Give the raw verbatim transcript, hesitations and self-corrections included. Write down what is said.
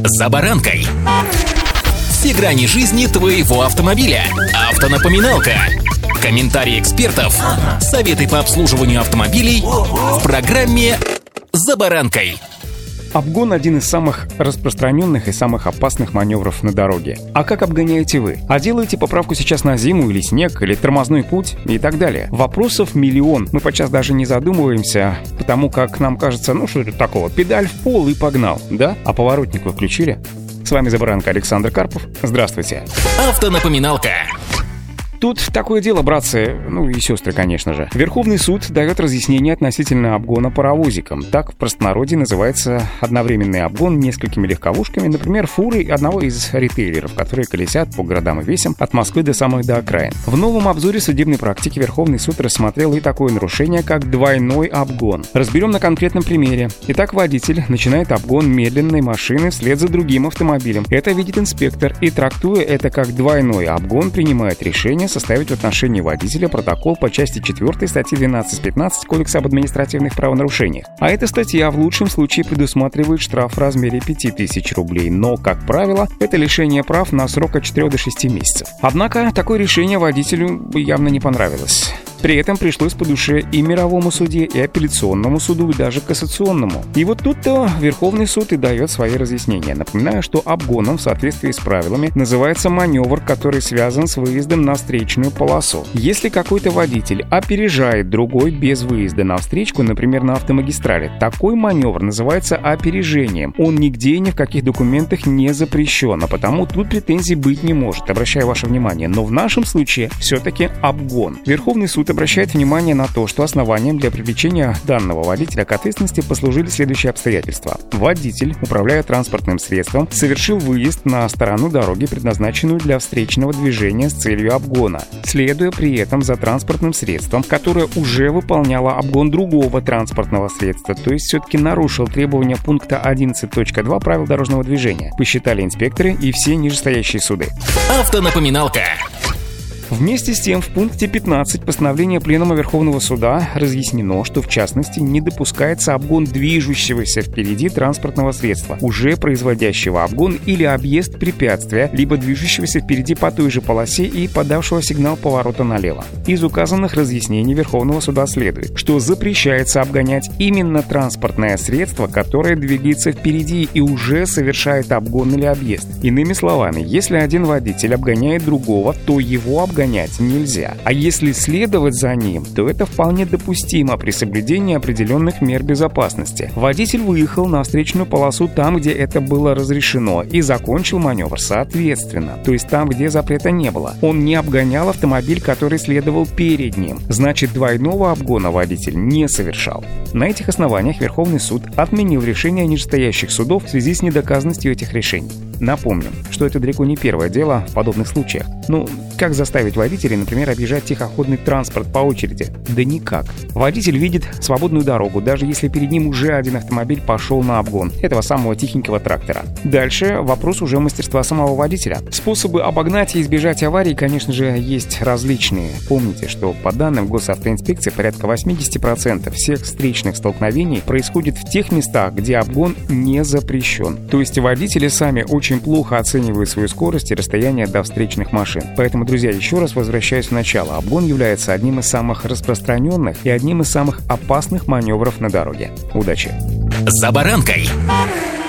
«За баранкой». Все грани жизни твоего автомобиля. Автонапоминалка. Комментарии экспертов. Советы по обслуживанию автомобилей в программе «За баранкой». Обгон – один из самых распространенных и самых опасных маневров на дороге. А как обгоняете вы? А делаете поправку сейчас на зиму или снег, или тормозной путь и так далее? Вопросов миллион. Мы подчас даже не задумываемся, потому как нам кажется, ну что это такого, педаль в пол и погнал, да? А поворотник вы включили? С вами «За баранкой» Александр Карпов. Здравствуйте. Автонапоминалка. Тут такое дело, братцы, ну и сестры, конечно же. Верховный суд дает разъяснение относительно обгона паровозиком. Так в простонародье называется одновременный обгон несколькими легковушками, например, фуры одного из ритейлеров, которые колесят по городам и весям от Москвы до самых до окраин. В новом обзоре судебной практики Верховный суд рассмотрел и такое нарушение, как двойной обгон. Разберем на конкретном примере. Итак, водитель начинает обгон медленной машины вслед за другим автомобилем. Это видит инспектор и, трактуя это как двойной обгон, принимает решение составить в отношении водителя протокол по части четвёртой статьи двенадцать пятнадцать Кодекса об административных правонарушениях. А эта статья в лучшем случае предусматривает штраф в размере пяти тысяч рублей, но, как правило, это лишение прав на срок от четырёх до шести месяцев. Однако, такое решение водителю явно не понравилось. При этом пришлось по душе и мировому суде, и апелляционному суду, и даже кассационному. И вот тут-то Верховный суд и дает свои разъяснения. Напоминаю, что обгоном в соответствии с правилами называется маневр, который связан с выездом на встречную полосу. Если какой-то водитель опережает другой без выезда на встречку, например, на автомагистрали, такой маневр называется опережением. Он нигде и ни в каких документах не запрещен, а потому тут претензий быть не может, обращаю ваше внимание. Но в нашем случае все-таки обгон. Верховный суд обращает внимание на то, что основанием для привлечения данного водителя к ответственности послужили следующие обстоятельства. Водитель, управляя транспортным средством, совершил выезд на сторону дороги, предназначенную для встречного движения с целью обгона, следуя при этом за транспортным средством, которое уже выполняло обгон другого транспортного средства, то есть все-таки нарушил требования пункта одиннадцать точка два правил дорожного движения, посчитали инспекторы и все нижестоящие суды. Автонапоминалка. Вместе с тем, в пункте пятнадцать постановления Пленума Верховного Суда разъяснено, что в частности не допускается обгон движущегося впереди транспортного средства, уже производящего обгон или объезд препятствия, либо движущегося впереди по той же полосе и подавшего сигнал поворота налево. Из указанных разъяснений Верховного Суда следует, что запрещается обгонять именно транспортное средство, которое двигается впереди и уже совершает обгон или объезд. Иными словами, если один водитель обгоняет другого, то его обгон гонять нельзя. А если следовать за ним, то это вполне допустимо при соблюдении определенных мер безопасности. Водитель выехал на встречную полосу там, где это было разрешено, и закончил маневр соответственно, то есть там, где запрета не было. Он не обгонял автомобиль, который следовал перед ним. Значит, двойного обгона водитель не совершал. На этих основаниях Верховный суд отменил решение нижестоящих судов в связи с недоказанностью этих решений. Напомним, что это далеко не первое дело в подобных случаях. Ну, как заставить водителей, например, объезжать тихоходный транспорт по очереди? Да никак. Водитель видит свободную дорогу, даже если перед ним уже один автомобиль пошел на обгон этого самого тихенького трактора. Дальше вопрос уже мастерства самого водителя. Способы обогнать и избежать аварий, конечно же, есть различные. Помните, что по данным госавтоинспекции порядка восемьдесят процентов всех встречных столкновений происходит в тех местах, где обгон не запрещен. То есть водители сами очень очень плохо оценивают свою скорость и расстояние до встречных машин. Поэтому, друзья, еще раз возвращаюсь в начало. Обгон является одним из самых распространенных и одним из самых опасных маневров на дороге. Удачи! За баранкой!